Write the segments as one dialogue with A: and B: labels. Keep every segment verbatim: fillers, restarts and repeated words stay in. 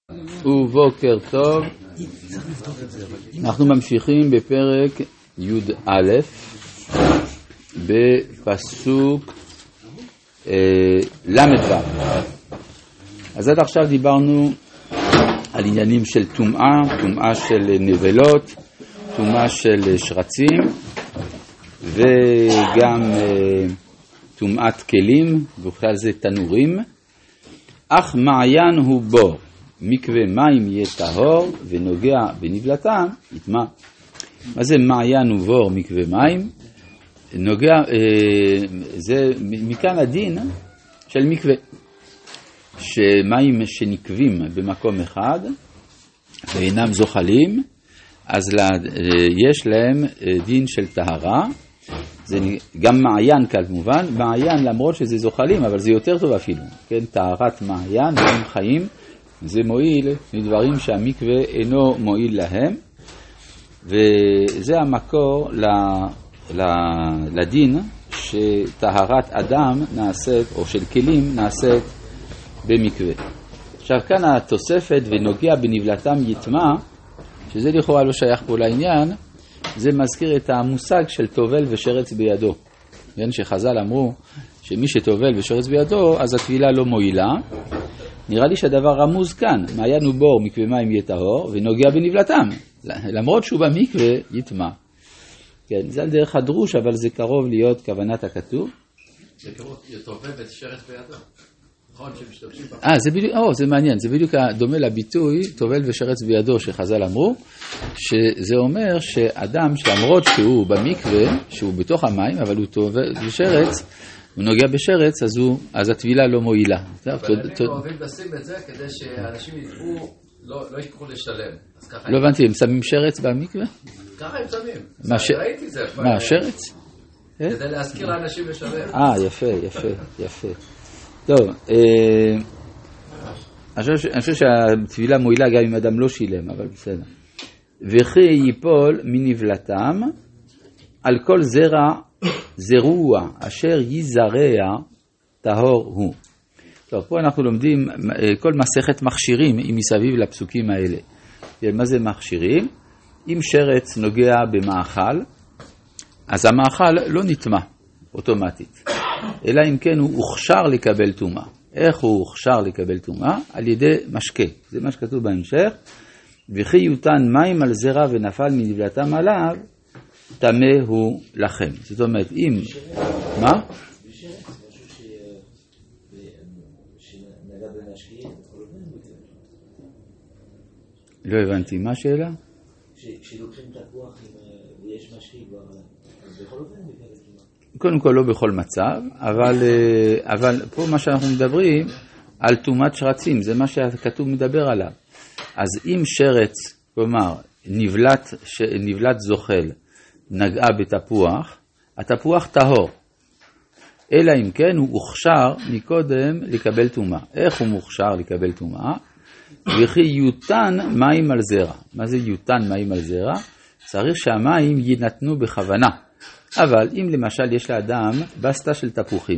A: ובוקר טוב, אנחנו ממשיכים בפרק י"א בפסוק אה, למ"ו. אז עד עכשיו דיברנו על עניינים של טומאה, טומאה של נבלות, טומאה של שרצים וגם אה, טומאת כלים, ובכלל זה תנורים. אך מעיין הוא בור, מקווה מים יהיה טהור ונוגע בנבלתם יטמא. מה זה מעיין ובור מקווה מים? נוגע, אה, זה מכאן הדין של מקווה, שמים שנקבים במקום אחד ואינם זוחלים, אז לה, יש להם דין של טהרה. זה גם מעיין כמובן, מעיין למרות שזה זוחלים, אבל זה יותר טוב אפילו, כן? טהרת מעיין, מים חיים, זה מועיל לדברים שהמקווה אינו מועיל להם, וזה המקור ל, ל, לדין שטהרת אדם נעשית, או של כלים נעשית במקווה. עכשיו כאן התוספת ונוגע בנבלתם יטמא, שזה לכאורה לא שייך פה לעניין, זה מזכיר את המושג של טובל ושרץ בידו. כן, שחז"ל אמרו שמי שטובל ושרץ בידו, אז הטבילה לא מועילה. נראה לי שהדבר רמוז כאן, מעיין ובור מקווה מים יהיה טהור ונוגע בנבלתם, למרות שהוא במקווה יטמא. כן, זה על דרך הדרוש, אבל זה קרוב להיות כוונת הכתוב.
B: זה קרוב, טובל ושרץ בידו.
A: אה, זה בדיוק, או, זה מעניין, זה בדיוק דומה לביטוי טובל ושרץ בידו שחז"ל אמרו, שזה אומר שאדם למרות שהוא במקווה, שהוא בתוך המים, אבל הוא טובל ושרץ, הוא נוגע בשרץ, אז, הוא, אז הטבילה לא מועילה.
B: אבל הם אוהבים לשים את זה כדי שאנשים ידעו, לא יקחו לשלם.
A: לא הבנתי, הם שמים שרץ במקווה?
B: ככה הם שמים. ראיתי זה.
A: מה, שרץ?
B: כדי להזכיר לאנשים לשלם.
A: אה, יפה, יפה, יפה. טוב, אני חושב שהטבילה מועילה גם אם אדם לא שילם, אבל בסדר. וכי ייפול מנבלתם על כל זרע זרוע אשר יזרע טהור הוא. טוב, פה אנחנו לומדים כל מסכת מכשירים עם מסביב לפסוקים האלה. מה זה מכשירים? אם שרץ נוגע במאכל, אז המאכל לא נטמא אוטומטית, אלא אם כן הוא הוכשר לקבל טומאה. איך הוא הוכשר לקבל טומאה? על ידי משקה. זה מה שכתוב בהמשך. וכי יותן מים על זרע ונפל מנבלתם עליו, טמא הוא לכם. זאת אומרת, אם... מה? לא הבנתי. מה השאלה?
C: כשלוקחים תפוח ויש משקה כבר, אז בכל אופן מקבל טומאה.
A: קודם כל לא בכל מצב, אבל, אבל פה מה שאנחנו מדברים על טומאת שרצים, זה מה שהכתוב מדבר עליו. אז אם שרץ, כלומר, נבלת, נבלת זוחל, נגעה בתפוח, התפוח טהור. אלא אם כן הוא מוכשר מקודם לקבל טומאה. איך הוא מוכשר לקבל טומאה? וכי יותן מים על זרע. מה זה יותן מים על זרע? צריך שהמים יינתנו בכוונה. אבל אם למשל יש לאדם בסטה של תפוחים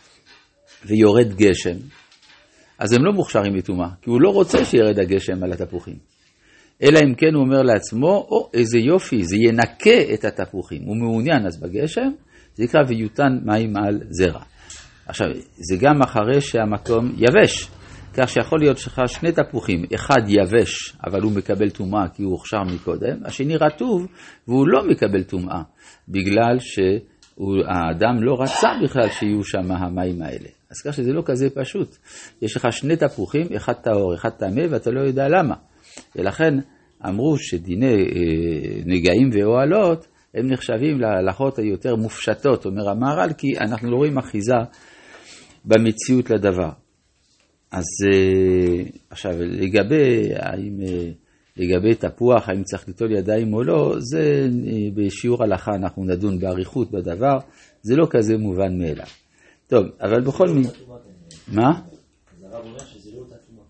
A: ויורד גשם, אז הם לא מוכשרים לטומאה, כי הוא לא רוצה שירד הגשם על התפוחים. אלא אם כן הוא אומר לעצמו, או איזה יופי, זה ינקה את התפוחים. הוא מעוניין אז בגשם, זה יקרא ויותן מים על זרע. עכשיו, זה גם אחרי שהמקום יבש, כך שיכול להיות שלך שני תפוחים, אחד יבש, אבל הוא מקבל טומאה כי הוא הוכשר מקודם, השני רטוב והוא לא מקבל טומאה, בגלל שהאדם לא רצה בכלל שיהיו שם המים האלה. אז כך שזה לא כזה פשוט. יש לך שני תפוחים, אחד טהור, אחד טמא, ואתה לא יודע למה. ולכן אמרו שדיני נגעים ואוהלות, הם נחשבים להלכות היותר מופשטות, אומר המהר"ל, כי אנחנו לא רואים אחיזה במציאות לדבר. אז עכשיו, לגבי, האם, לגבי תפוח, האם צריך ליטול ידיים או לא, זה בשיעור הלכה אנחנו נדון באריכות בדבר, זה לא כזה מובן מאליו. טוב, אבל בכל מי... מה?
C: אז הרב אומר שזה לא אותה טומאה.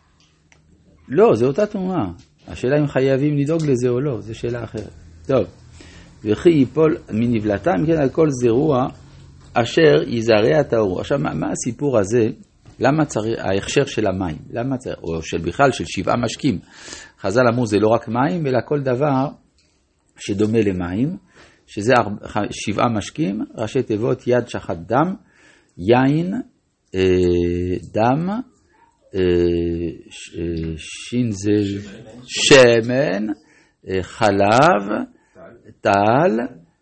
A: לא, זה אותה טומאה. השאלה אם חייבים לדאוג לזה או לא, זו שאלה אחרת. טוב, וכי ייפול מנבלתם, כן, על כל זרוע אשר יזרע טהור. עכשיו, מה, מה הסיפור הזה למה צריך, ההכשר של המים, למה צריך, או של בכלל של שבעה משקים, חז"ל אמרו זה לא רק מים, אלא כל דבר שדומה למים, שזה שבעה משקים, ראשי תיבות יד שחת דם, יין, דם, שין זה שמן, חלב, טל,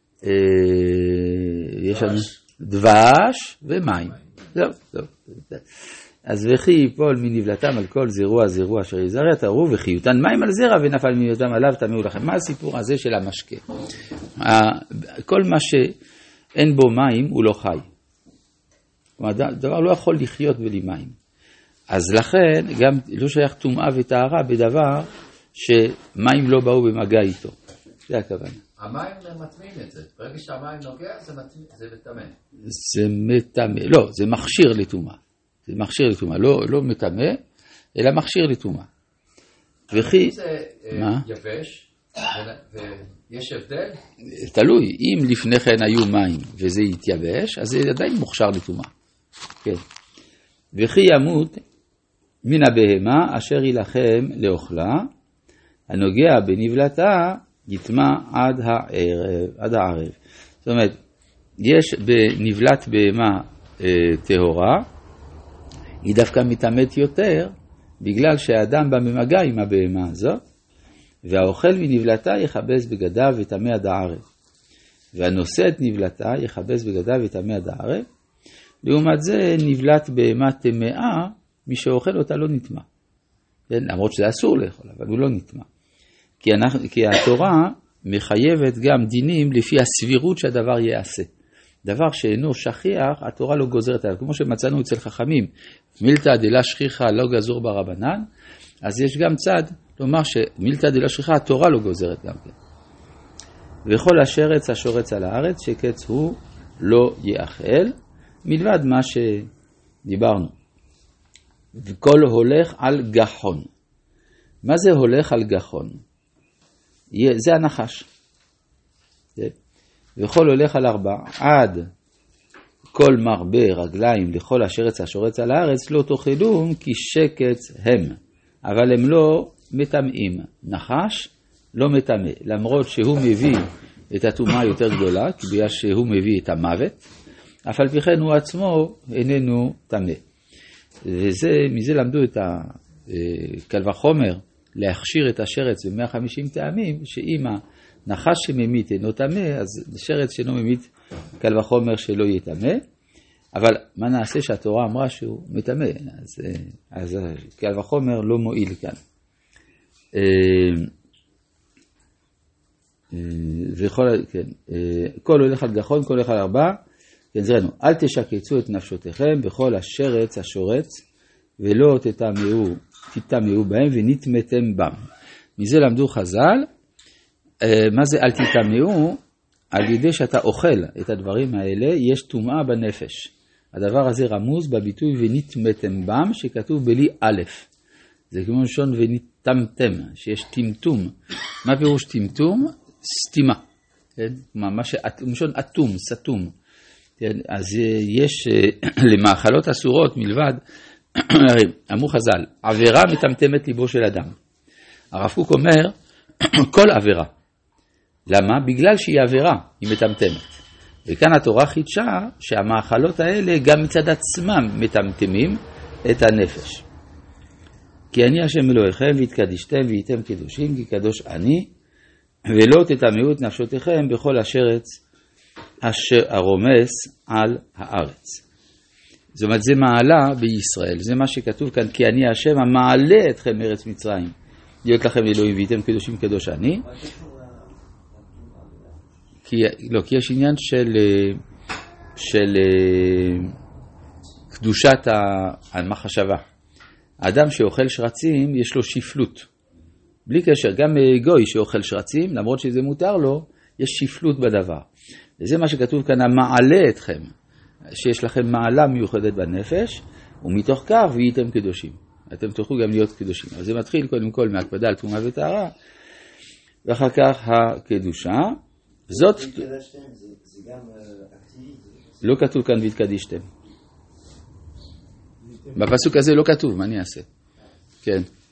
A: יש לנו דבש ומים. זהו, זהו. אז וכי יפול מנבלתם על כל זרוע זרוע אשר יזרע תראו וכי יותן מים על זרע ונפל מיותם עליו תמהו לכם. מה הסיפור הזה של המשקה? כל מה שאין בו מים הוא לא חי. דבר לא יכול לחיות בלי מים. אז לכן גם לא שייך טומאה וטהרה בדבר שמים לא באו במגע איתו. זה הכוונה.
B: המים מטמאים את זה. ברגע שהמים נוגע זה מטמא.
A: זה מטמא. לא, זה מכשיר לטומאה. זה מכשיר לטומאה. לא, לא מטמא, אלא מכשיר לטומאה. וכי...
B: זה יבש ויש הבדל?
A: תלוי. אם לפני כן היו מים וזה יתייבש, אז זה עדיין מוכשר לטומאה. כן. וכי ימות מן הבהמה אשר ילחם לאוכלה, הנוגע בנבלתה יטמע עד הערב, עד הערב. זאת אומרת, יש בנבלת בהמה אה, טהורה, היא דווקא מתאמת יותר, בגלל שהאדם בא במגע עם הבהמה הזאת, והאוכל מנבלתה יכבס בגדיו וטמא עד הערב. והנושא את נבלתה יכבס בגדיו וטמא עד הערב. לעומת זה נבלת בהמה טמאה, מי שאוכל אותה לא נטמא. כן? למרות שזה אסור לאכול, אבל הוא לא נטמא. כי, אנחנו, כי התורה מחייבת גם דינים לפי הסבירות שהדבר יעשה. דבר שאינו שכיח, התורה לא גוזרת עליו. כמו שמצאנו אצל חכמים, מילתא דלה שכיחה לא גזור ברבנן, אז יש גם צד לומר שמילתא דלה שכיחה, התורה לא גוזרת גם כן. וכל השרץ השורץ על הארץ, שקץ הוא לא יאכל, מלבד מה שדיברנו. וכל הולך על גחון. מה זה הולך על גחון? זה הנחש. וכל הולך על ארבע, עד כל מרבה רגליים לכל השרץ השורץ על הארץ, לא תאכלום כי שקץ הם. אבל הם לא מטמאים. נחש לא מטמא. למרות שהוא מביא את הטומאה יותר גדולה, כי בגלל שהוא מביא את המוות, אף על פי כן הוא עצמו איננו טמא. וזה, מזה למדו את הקל וחומר, להכשיר את השרץ ב-מאה וחמישים טעמים, שאם הנחש שממית אינו טמא, אז שרץ שאינו ממית קל וחומר שלא יהיה טמא. אבל מה נעשה שהתורה אמרה שהוא מטמא? אז, אז קל וחומר לא מועיל כאן. וכל, כן, כל הולך על גחון, כל הולך על ארבע, כן, זרנו, אל תשקצו את נפשותיכם בכל השרץ השורץ, ולא תטמאו, תטמאו בהם ונטמאתם בם. מזה למדו חז"ל, מה זה אל תטמאו? על ידי שאתה אוכל את הדברים האלה, יש טומאה בנפש. הדבר הזה רמוז בביטוי ונטמאתם בם, שכתוב בלי א'. זה כמו לשון ונטמתם, שיש טמטום. מה פירוש טמטום? סתימה. כן? מה שמשון אטום, סתום. כן? אז יש למאכלות אסורות מלבד, אמרו חז"ל, עבירה מטמטמת ליבו של אדם. הרב קוק אומר, כל עבירה. למה? בגלל שהיא עבירה, היא מטמטמת. וכאן התורה חידשה שהמאכלות האלה גם מצד עצמם מטמטמים את הנפש. כי אני השם אלוהיכם והתקדישתם והייתם קדושים כי קדוש אני, ולא תטמאו את נפשותיכם בכל השרץ אשר הרומס על הארץ. זאת אומרת, זה מעלה בישראל, זה מה שכתוב כאן, כי אני השם המעלה אתכם מארץ מצרים, להיות לכם אלוהים והייתם קדושים קדוש אני. כי, לא, כי יש עניין של, של קדושת המחשבה. האדם שאוכל שרצים יש לו שפלות. בלי קשר, גם גוי שאוכל שרצים, למרות שזה מותר לו, יש שפלות בדבר. וזה מה שכתוב כאן, המעלה אתכם, שיש לכם מעלה מיוחדת בנפש, ומתוך כך והייתם קדושים. אתם תוכלו גם להיות קדושים. אז זה מתחיל קודם כל מהקפדה על טומאה וטהרה, ואחר כך הקדושה. זאת...
C: והתקדשתם, זה גם אקטיבי?
A: לא כתוב כאן והתקדישתם. בפסוק הזה לא כתוב, מה אני אעשה? כן.